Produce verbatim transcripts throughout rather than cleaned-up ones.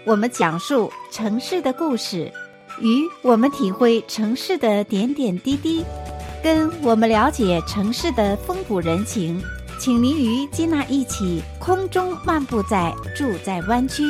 我们讲述城市的故事，与我们体会城市的点点滴滴，跟我们了解城市的风土人情。请您与吉娜一起空中漫步在住在湾区。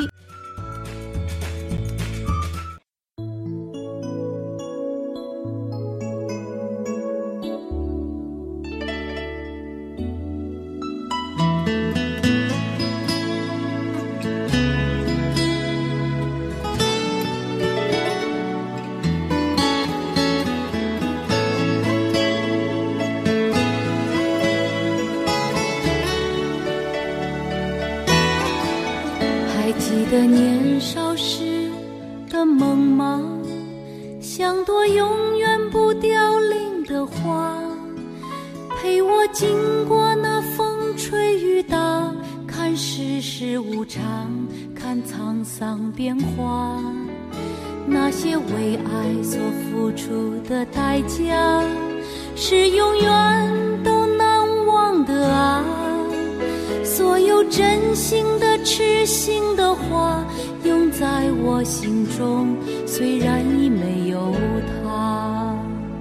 记得年少时的梦吗？像朵永远不凋零的花，陪我经过那风吹雨打，看世事无常，看沧桑变化。那些为爱所付出的代价，是永远都难忘的啊。所有真心的痴心的话，永在我心中，虽然已没有他。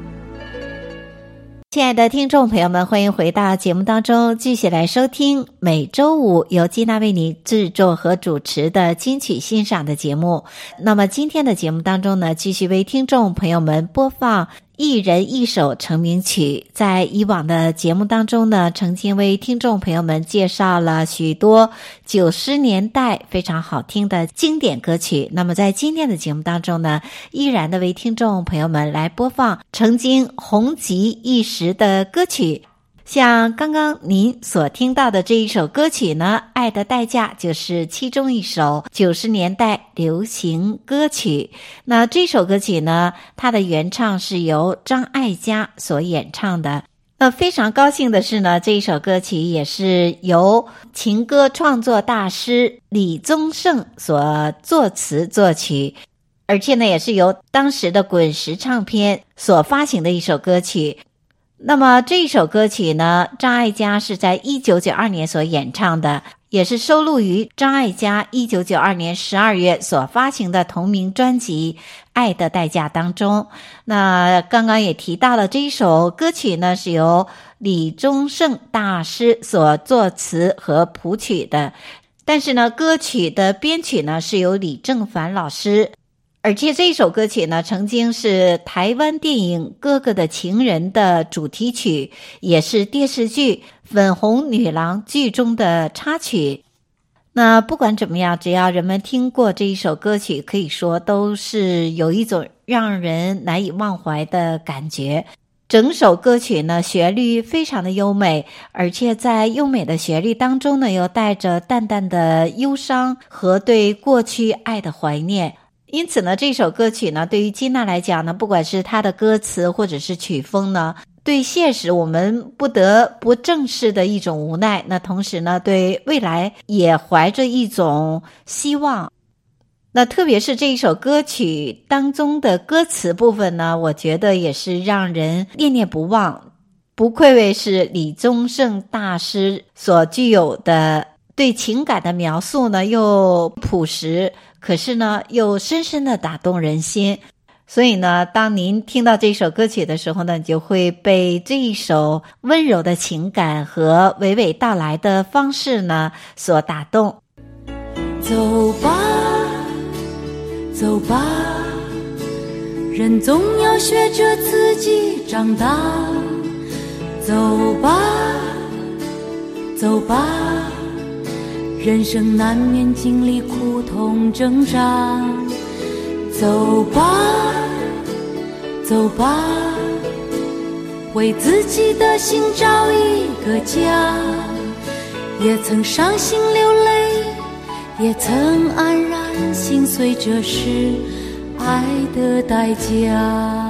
亲爱的听众朋友们，欢迎回到节目当中，继续来收听每周五由基娜为你制作和主持的金曲欣赏的节目。那么今天的节目当中呢，继续为听众朋友们播放一人一首成名曲。在以往的节目当中呢，曾经为听众朋友们介绍了许多九十年代非常好听的经典歌曲。那么在今天的节目当中呢，依然的为听众朋友们来播放曾经红极一时的歌曲。像刚刚您所听到的这一首歌曲呢，《爱的代价》就是其中一首九十年代流行歌曲。那这首歌曲呢，它的原唱是由张艾嘉所演唱的。那非常高兴的是呢，这一首歌曲也是由情歌创作大师李宗盛所作词作曲，而且呢，也是由当时的滚石唱片所发行的一首歌曲。那么这一首歌曲呢，张艾嘉是在一九九二年所演唱的，也是收录于张艾嘉一九九二年十二月所发行的同名专辑《爱的代价》当中。那刚刚也提到了，这一首歌曲呢是由李宗盛大师所作词和谱曲的，但是呢，歌曲的编曲呢是由李正凡老师。而且这一首歌曲呢，曾经是台湾电影《哥哥的情人》的主题曲，也是电视剧《粉红女郎》剧中的插曲。那不管怎么样，只要人们听过这一首歌曲，可以说都是有一种让人难以忘怀的感觉。整首歌曲呢，旋律非常的优美，而且在优美的旋律当中呢，又带着淡淡的忧伤和对过去爱的怀念。因此呢，这首歌曲呢，对于基娜来讲呢，不管是它的歌词或者是曲风呢，对现实我们不得不正视的一种无奈，那同时呢，对未来也怀着一种希望。那特别是这一首歌曲当中的歌词部分呢，我觉得也是让人念念不忘，不愧为是李宗盛大师所具有的对情感的描述呢，又朴实，可是呢又深深的打动人心。所以呢，当您听到这首歌曲的时候呢，你就会被这一首温柔的情感和娓娓道来的方式呢所打动。 走吧走吧，人总要学着自己长大。走吧走吧，人生难免经历苦痛挣扎。走吧走吧，为自己的心找一个家。也曾伤心流泪，也曾安然心碎，这是爱的代价。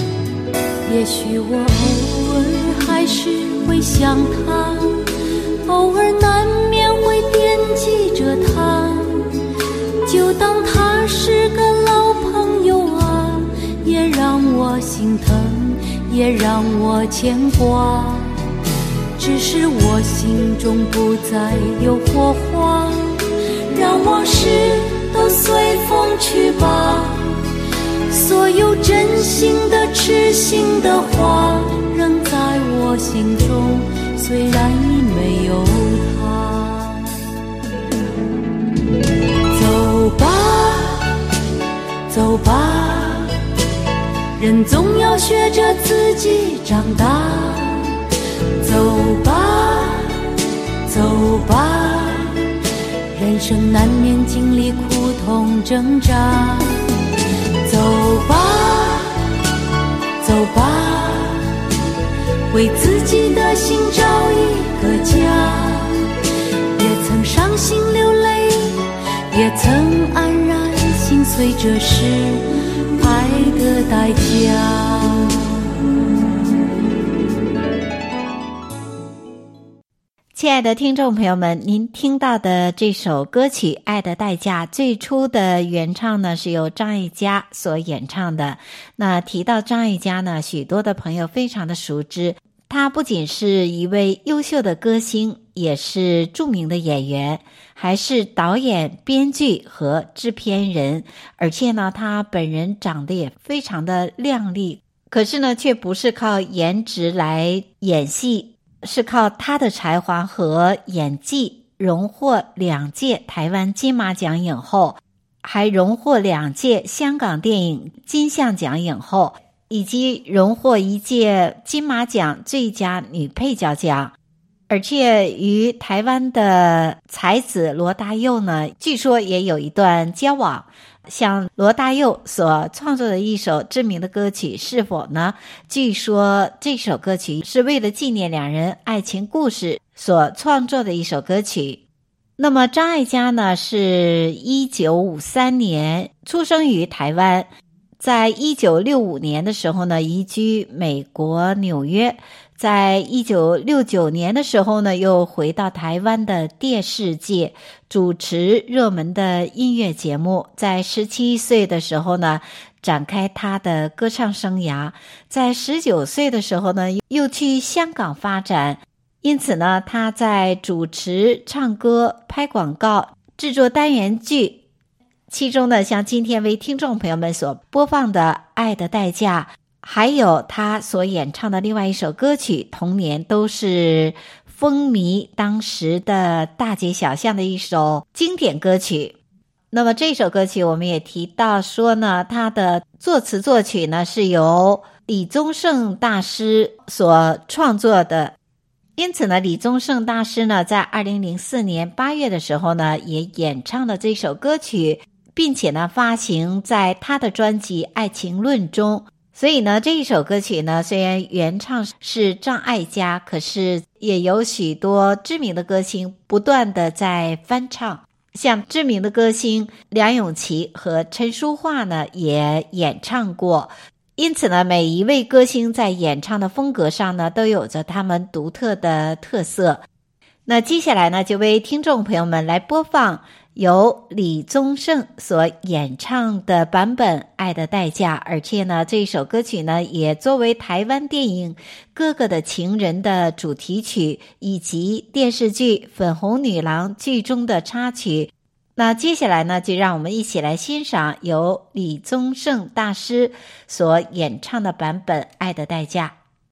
也许我偶尔还是会想他，偶偶尔难免会惦记着他，就当他是个老朋友啊，也让我心疼，也让我牵挂。只是我心中不再有火花，让往事都随风去吧。所有真心的痴心的话，仍在我心中，虽然已没有他。走吧走吧，人总要学着自己长大。走吧走吧，人生难免经历苦痛挣扎。走吧走吧，为自己的心找一个家。也曾伤心流泪，也曾黯然心碎，这是爱的代价。 亲爱的听众朋友们，您听到的这首歌曲《爱的代价》最初的原唱呢是由张艾嘉所演唱的。那提到张艾嘉呢，许多的朋友非常的熟知，他不仅是一位优秀的歌星，也是著名的演员，还是导演、编剧和制片人，而且呢他本人长得也非常的靓丽，可是呢却不是靠颜值来演戏，是靠他的才华和演技荣获两届台湾金马奖影后，还荣获两届香港电影金像奖影后，以及荣获一届金马奖最佳女配角奖。而且与台湾的才子罗大佑呢，据说也有一段交往。像罗大佑所创作的一首知名的歌曲《是否》呢，据说这首歌曲是为了纪念两人爱情故事所创作的一首歌曲。那么张艾嘉呢，是一九五三年出生于台湾，在一九六五年的时候呢移居美国纽约，在一九六九年的时候呢又回到台湾的电视界主持热门的音乐节目。在十七岁的时候呢展开他的歌唱生涯，在十九岁的时候呢又去香港发展。因此呢他在主持、唱歌、拍广告、制作单元剧，其中呢像今天为听众朋友们所播放的《爱的代价》，还有他所演唱的另外一首歌曲，同年都是风靡当时的大街小巷的一首经典歌曲。那么这首歌曲我们也提到说呢，他的作词作曲呢是由李宗盛大师所创作的。因此呢李宗盛大师呢在二零零四年八月的时候呢也演唱了这首歌曲，并且呢发行在他的专辑《爱情论》中。所以呢这一首歌曲呢虽然原唱是张艾嘉，可是也有许多知名的歌星不断的在翻唱，像知名的歌星梁咏琪和陈淑桦呢也演唱过。因此呢每一位歌星在演唱的风格上呢都有着他们独特的特色。那接下来呢就为听众朋友们来播放由李宗盛所演唱的版本《爱的代价》，而且呢这首歌曲呢也作为台湾电影《哥哥的情人》的主题曲，以及电视剧《粉红女郎》剧中的插曲。那接下来呢就让我们一起来欣赏由李宗盛大师所演唱的版本《爱的代价》。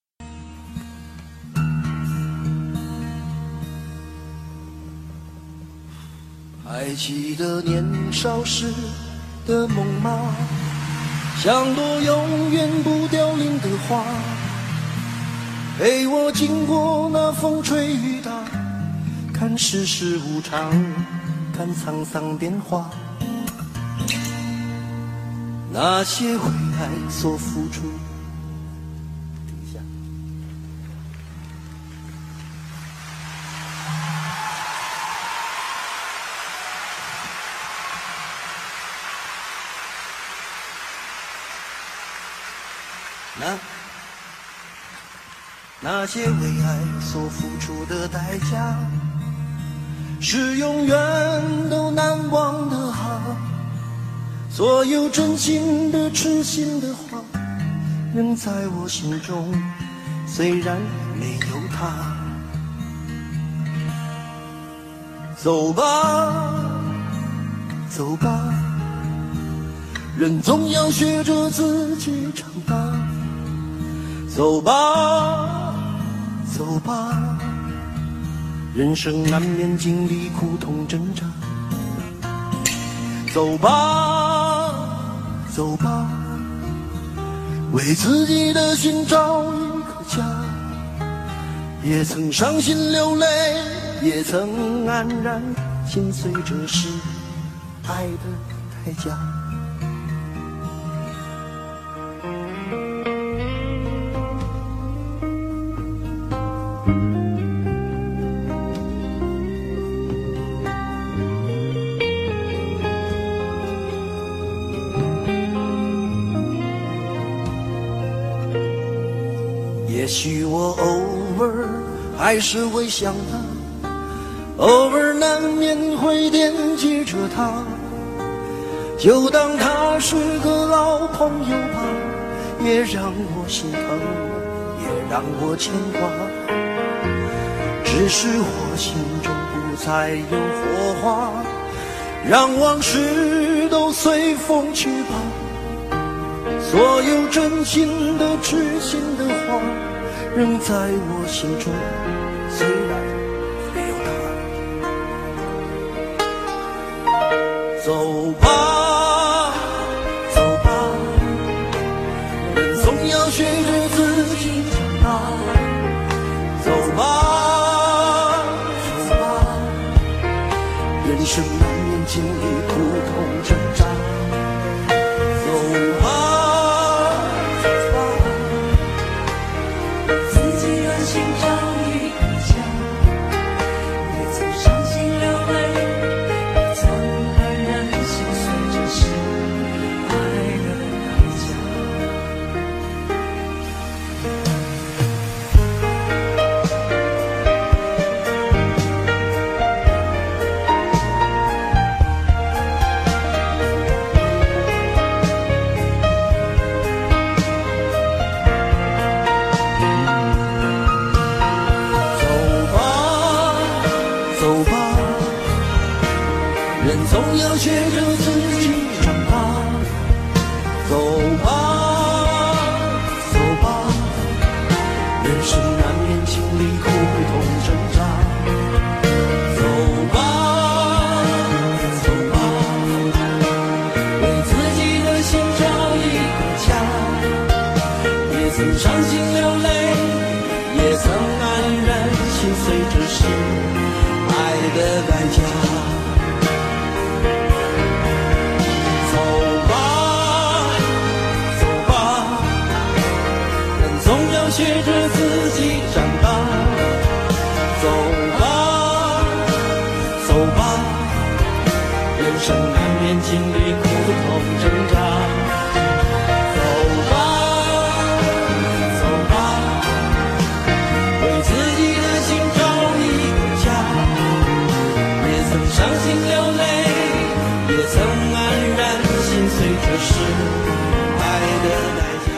还记得年少时的梦吗？像朵永远不凋零的花，陪我经过那风吹雨打，看世事无常，看沧桑变化。那些为爱所付出，停下。那那些为爱所付出的代价， 是永远都难忘的好，所有真心的痴心的话仍在我心中，虽然没有他。走吧走吧，人总要学着自己长大。走吧走吧，人生难免经历苦痛挣扎。走吧走吧，为自己的心找一个家。也曾伤心流泪，也曾黯然心碎，这是爱的代价。也许我偶尔还是会想他，偶尔难免会惦记着他，就当他是个老朋友吧，也让我心疼，也让我牵挂。只是我心中不再有火花，让往事都随风去吧。所有真心的痴心的话仍在我心中，虽然没有他。走吧走吧，人总要学着自己长大。走吧走吧，人生难免经历苦痛挣扎。走吧总要学着自己长大。走吧走吧，人生难免经历苦痛挣扎。走吧走吧，为自己的心找一个家。也曾伤心流泪，也曾黯然心碎，这是爱的代价。学着自己长大。走吧走吧，人生难免经历苦痛挣扎。走吧走吧，为自己的心找一个家。也曾伤心流泪，也曾黯然心碎，这是爱的代价。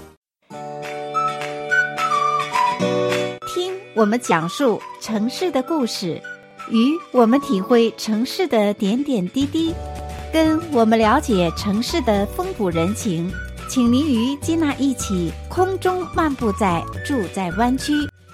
我们讲述城市的故事，与我们体会城市的点点滴滴，跟我们了解城市的风土人情。请您与吉娜一起空中漫步在住在湾区。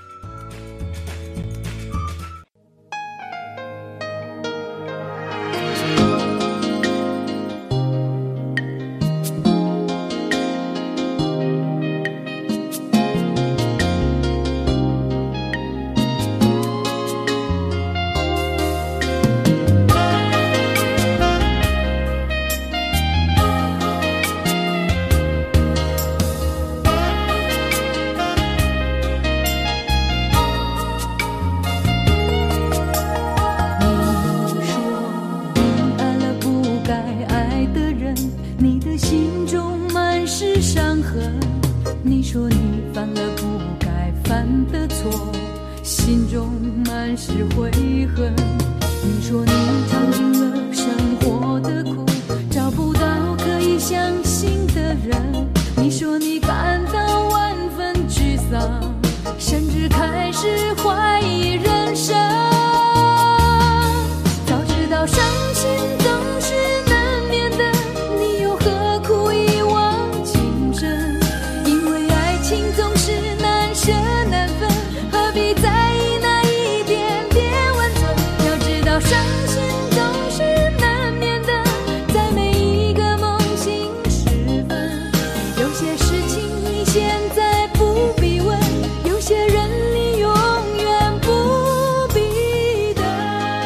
你说你犯了不该犯的错，心中满是悔恨。 你说你尝尽了生活的苦，找不到可以相信的人，你说你感到万分沮丧，甚至开始怀疑人生。早知道伤心总是难免的，你又何苦一往情深？因为爱情总是难舍难分，何必在意那一点点温存？要知道伤心总是难免的，在每一个梦醒时分。有些事情你现在不必问，有些人你永远不必等。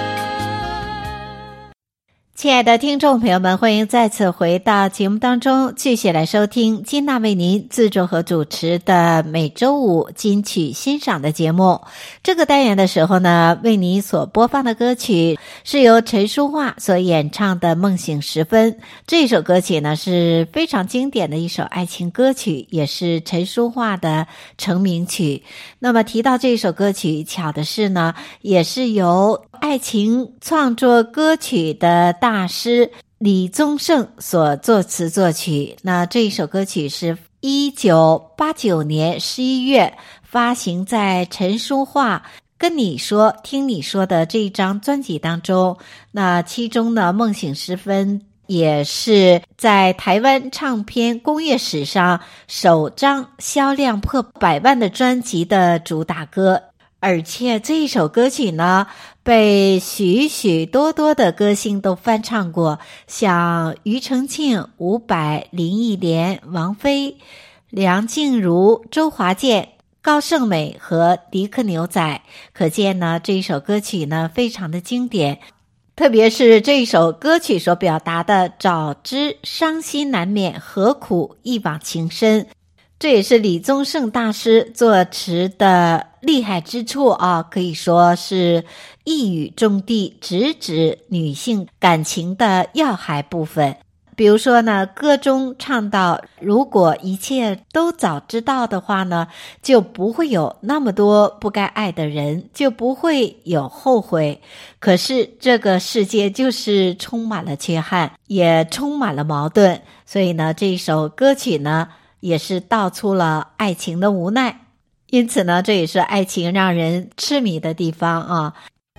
亲爱的听众朋友们，欢迎再次回到节目当中，继续来收听金娜为您制作和主持的每周五金曲欣赏的节目。这个单元的时候呢，为你所播放的歌曲是由陈淑桦所演唱的《梦醒时分》。这首歌曲呢是非常经典的一首爱情歌曲，也是陈淑桦的成名曲。那么提到这首歌曲，巧的是呢，也是由爱情创作歌曲的大师李宗盛所作词作曲。那这一首歌曲是一九八九年十一月发行在陈淑桦跟你说听你说的这一张专辑当中。那其中呢，梦醒时分也是在台湾唱片工业史上首张销量破百万的专辑的主打歌。而且这一首歌曲呢，被许许多多的歌星都翻唱过，像庾澄庆、伍佰、林忆莲、王菲、梁静茹、周华健、高胜美和迪克牛仔。可见呢，这一首歌曲呢非常的经典，特别是这一首歌曲所表达的早知伤心难免，何苦一往情深，这也是李宗盛大师作词的厉害之处啊，可以说是一语中的，直指女性感情的要害部分。比如说呢，歌中唱到，如果一切都早知道的话呢，就不会有那么多不该爱的人，就不会有后悔。可是这个世界就是充满了缺憾，也充满了矛盾，所以呢，这一首歌曲呢也是道出了爱情的无奈。因此呢，这也是爱情让人痴迷的地方啊。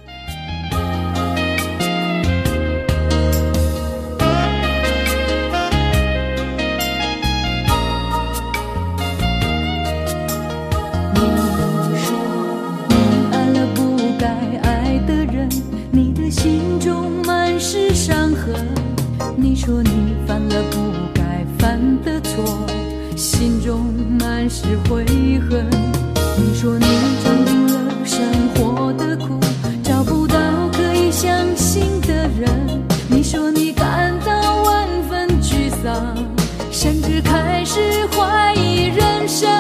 你说你爱了不该爱的人，你的心中满是伤痕。你说你犯了不该犯的错，心中满是悔恨。你说你尝尽了生活的苦，找不到可以相信的人。你说你感到万分沮丧，甚至开始怀疑人生。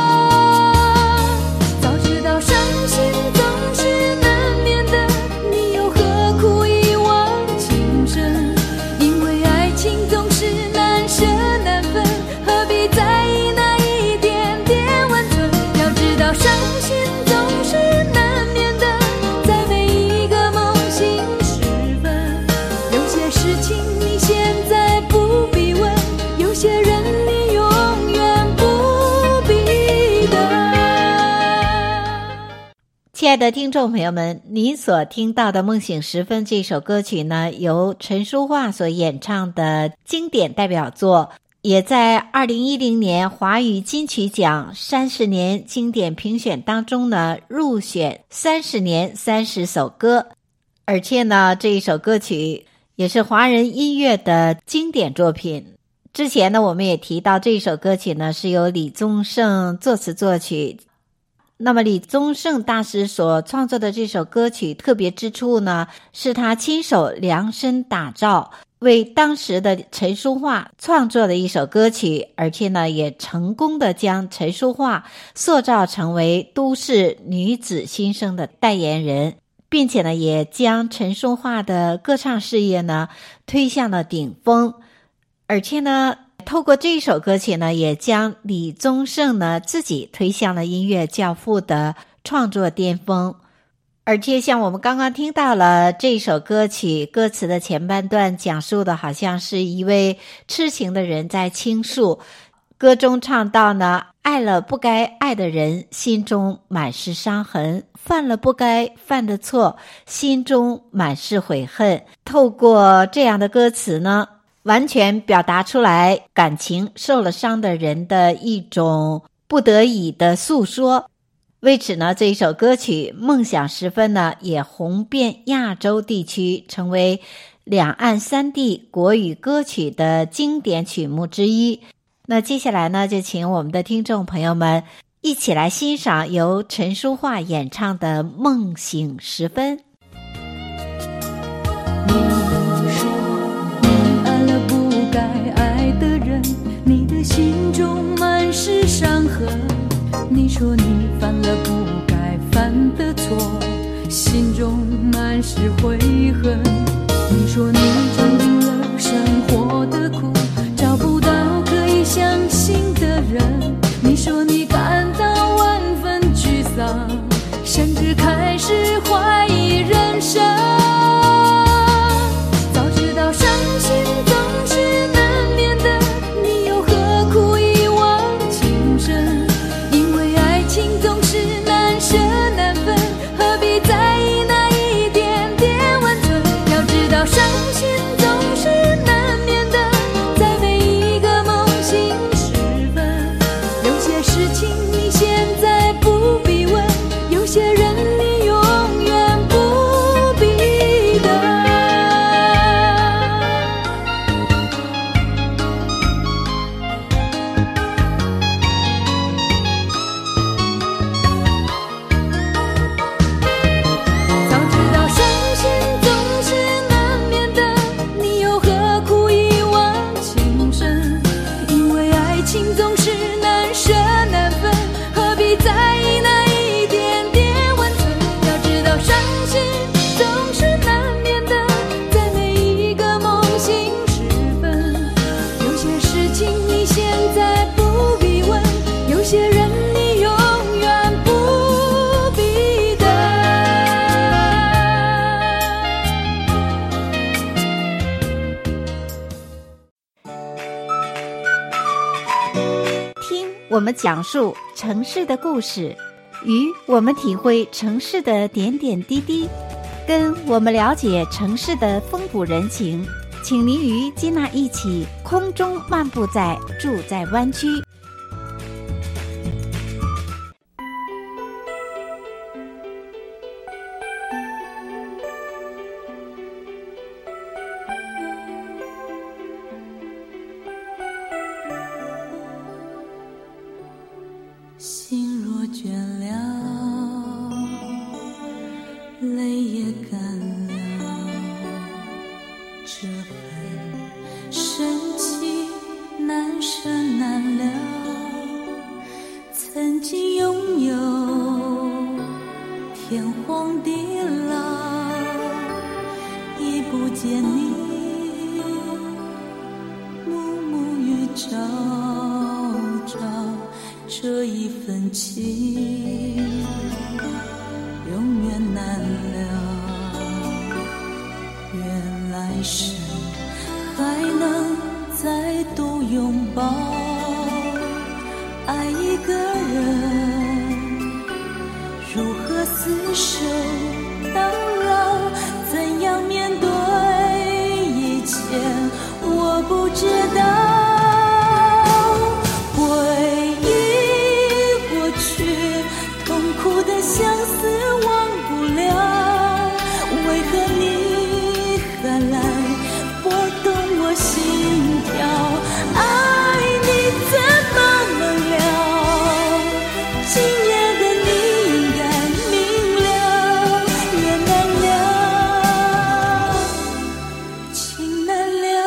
早知道伤心总是难免的，你又何苦一往情深？因为爱情总是难舍难分，何必在意那一点点温存？要知道伤心总是难免的，在每一个梦醒时分。有些事情你现在不必问，有些人你永远不必等。 亲爱的听众朋友们，您所听到的《梦醒时分》这首歌曲呢，由陈淑桦所演唱的经典代表作，也在二零一零年华语金曲奖三十年经典评选当中呢入选三十年三十首歌。而且呢，这一首歌曲也是华人音乐的经典作品。之前呢，我们也提到这首歌曲呢是由李宗盛作词作曲。那么李宗盛大师所创作的这首歌曲特别之处呢，是他亲手量身打造，为当时的陈淑桦创作的一首歌曲，而且呢也成功的将陈淑桦塑造成为都市女子心声的代言人，并且呢也将陈淑桦的歌唱事业呢推向了顶峰。而且呢透过这首歌曲呢，也将李宗盛呢自己推向了音乐教父的创作巅峰。 而且像我们刚刚听到了这首歌曲，歌词的前半段讲述的好像是一位痴情的人在倾诉，歌中唱到呢，爱了不该爱的人，心中满是伤痕，犯了不该犯的错，心中满是悔恨。透过这样的歌词呢，完全表达出来感情受了伤的人的一种不得已的诉说。为此呢，这一首歌曲《梦想时分》呢，也红遍亚洲地区，成为两岸三地国语歌曲的经典曲目之一。那接下来呢，就请我们的听众朋友们一起来欣赏由陈淑桦演唱的《梦醒时分》。 你说你爱了不该爱的人，你的心中满是伤痕。你说你犯了不该犯的错，心中满是悔恨。你说你尝尽了生活的苦，找不到可以相信的人。你说你感到万分沮丧，甚至开始怀疑人生。早知道伤心总是难免的，你又何苦一往情深？因为爱情总是难舍难分，何必在意那一点点温存？要知道伤心总是难免的，在每一个梦醒时分。有些事情你现在不必问，有些人你永远不必等。早知道伤心总是难免的，你又何苦一往情深？因为爱情总是难舍难分，何必在意那一点点温存？要知道伤心总是难免的，在每一个梦醒时分。有些事情你现在不必问，有些人你永远不必等。 听我们讲述城市的故事，与我们体会城市的点点滴滴，跟我们了解城市的风土人情。请您与吉娜一起空中漫步在住在湾区。 心若倦了，泪也干了，这份深情难舍难了。曾经拥有天荒地老，已不见你暮暮与朝朝。这一份情永远难了，愿来生还能再度拥抱。爱一个人如何厮守到老，怎样面对一切我不知道。苦的相思忘不了，为何你还来拨动我心跳？爱你怎么能了？今夜的你应该明了，缘难了，情难了。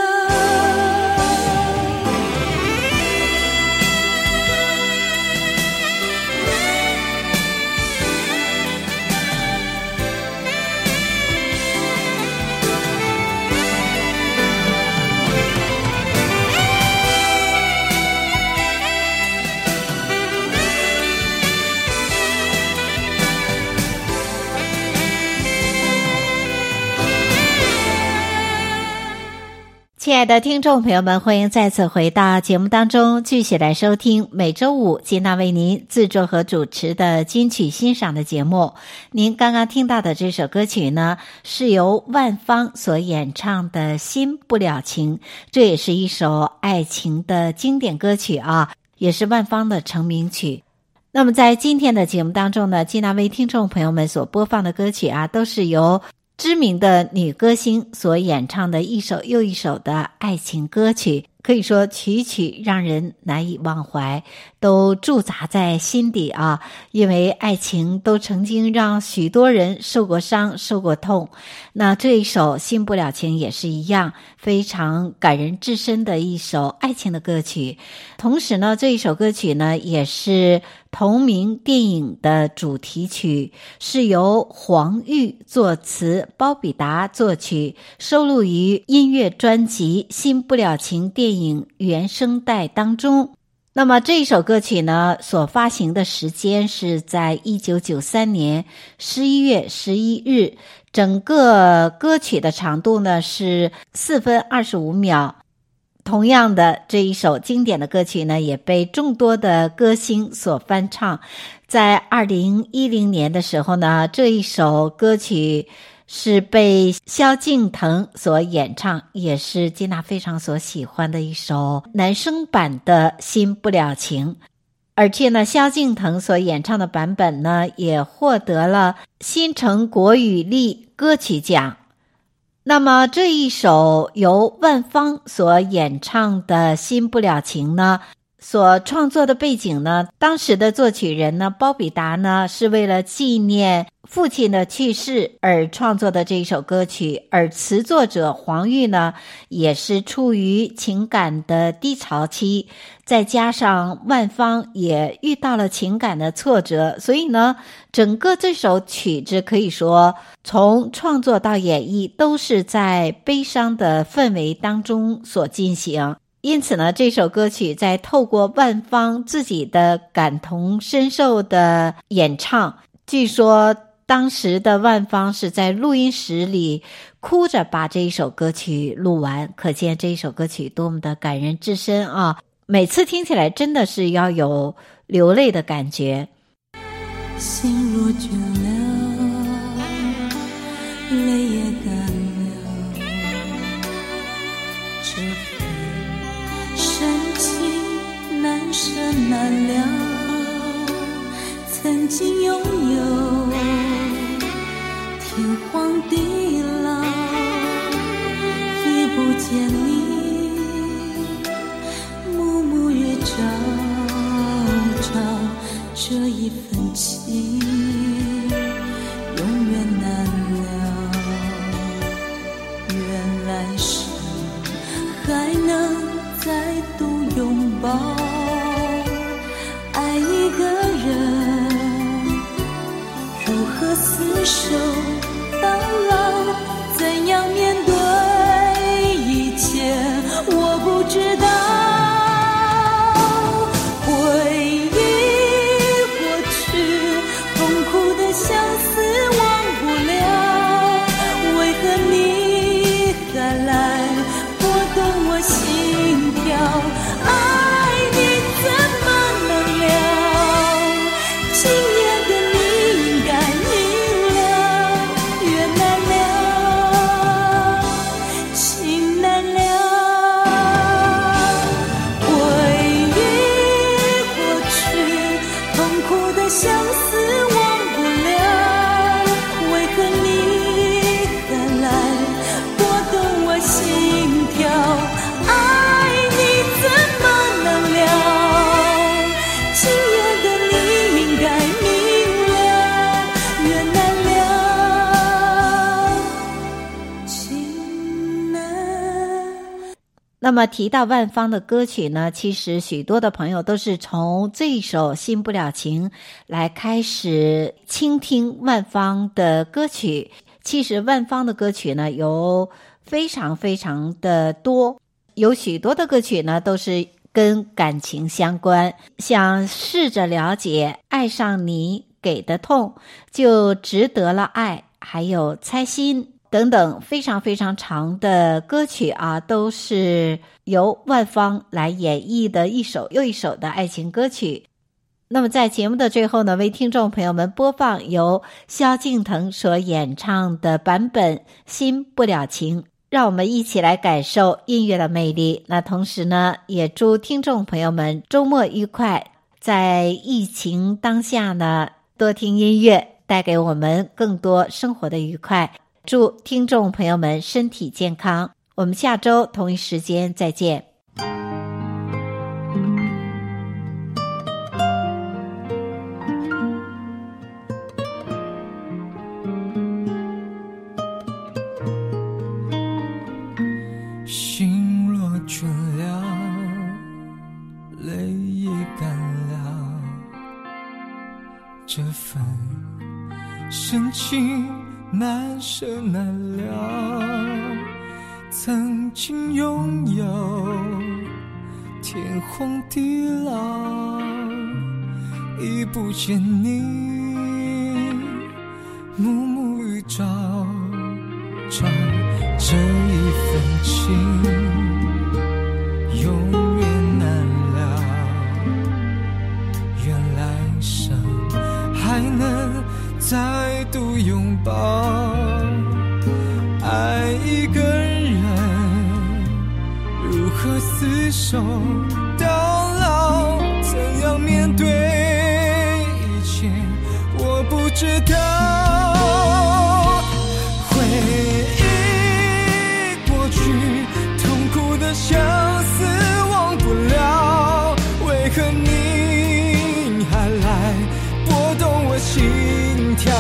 亲爱的听众朋友们，欢迎再次回到节目当中，继续来收听每周五接纳为您制作和主持的金曲欣赏的节目。您刚刚听到的这首歌曲呢，是由万芳所演唱的《新不了情》，这也是一首爱情的经典歌曲啊，也是万芳的成名曲。那么在今天的节目当中呢，接纳为听众朋友们所播放的歌曲啊，都是由知名的女歌星所演唱的一首又一首的爱情歌曲，可以说曲曲让人难以忘怀，都驻扎在心底啊。因为爱情都曾经让许多人受过伤受过痛，那这一首《新不了情》也是一样，非常感人至深的一首爱情的歌曲。同时呢，这一首歌曲呢也是同名电影的主题曲，是由黄玉作词，包比达作曲，收录于音乐专辑《新不了情》电影原声带当中。那么这一首歌曲呢，所发行的时间是在一九九三年十一月十一日，整个歌曲的长度呢是四分二十五秒。同样的，这一首经典的歌曲呢，也被众多的歌星所翻唱。在二零一零年的时候呢，这一首歌曲是被萧敬腾所演唱，也是接纳非常所喜欢的一首男声版的《新不了情》。而且呢，萧敬腾所演唱的版本呢，也获得了新城国语力歌曲奖。那么这一首由万芳所演唱的《新不了情》呢，所创作的背景呢，当时的作曲人呢，包比达呢，是为了纪念父亲的去世而创作的这一首歌曲，而词作者黄玉呢，也是处于情感的低潮期，再加上万芳也遇到了情感的挫折，所以呢，整个这首曲子可以说从创作到演绎都是在悲伤的氛围当中所进行。因此呢，这首歌曲在透过万芳自己的感同身受的演唱，据说当时的万芳是在录音室里哭着把这一首歌曲录完，可见这一首歌曲多么的感人至深啊！每次听起来真的是要有流泪的感觉。 心若倦了，泪也干了，这份深情难舍难了，曾经拥有天荒地老，已不见你暮暮月照照，这一份情永远难了，愿来生还能再度拥抱，爱一个人如何厮守到老，怎样面对一切我不知道，回忆过去痛苦的相思忘不了，为何你还来拨动我心跳，爱你怎么能了，今夜的你应该明了，缘难了，情难了，回忆过去痛苦的相思忘不了，为何你还来拨动我心跳，爱你怎么能了，今夜的你应该明了，缘难了，情难。 那么提到万芳的歌曲呢，其实许多的朋友都是从这一首《新不了情》来开始倾听万芳的歌曲。其实万芳的歌曲呢有非常非常的多，有许多的歌曲呢都是跟感情相关，像试着了解，爱上你给的痛，就值得了爱，还有猜心， 等等非常非常长的歌曲啊，都是由万芳来演绎的一首又一首的爱情歌曲。那么在节目的最后呢，为听众朋友们播放由萧敬腾所演唱的版本《新不了情》，让我们一起来感受音乐的魅力。那同时呢，也祝听众朋友们周末愉快，在疫情当下呢，多听音乐，带给我们更多生活的愉快。祝听众朋友们身体健康，我们下周同一时间再见。 心若倦了，泪也干了，这份深情难舍难了。曾经拥有天荒地老，已不见你暮暮与朝朝，这一份情永远难了，愿来生还能再度拥抱。爱一个人如何厮守到老，怎样面对一切我不知道。回忆过去痛苦的相思忘不了，为何你还来拨动我心跳。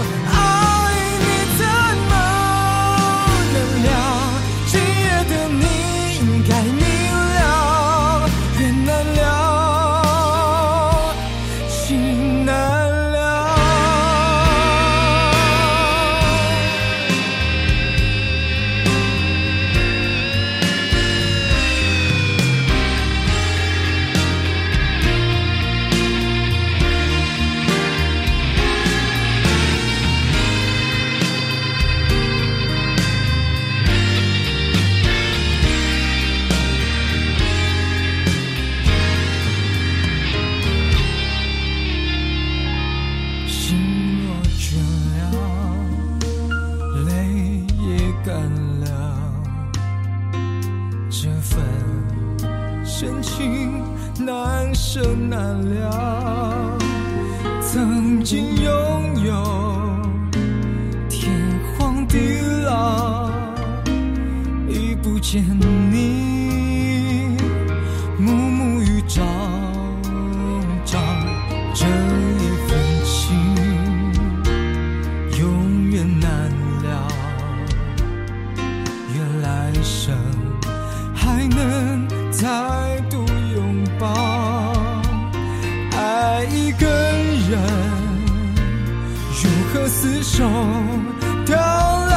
难舍难了，曾经拥有天荒地老，已不见你暮暮与朝朝，这一份情永远难了，愿来生还能再度拥抱。爱一个人如何厮守到老。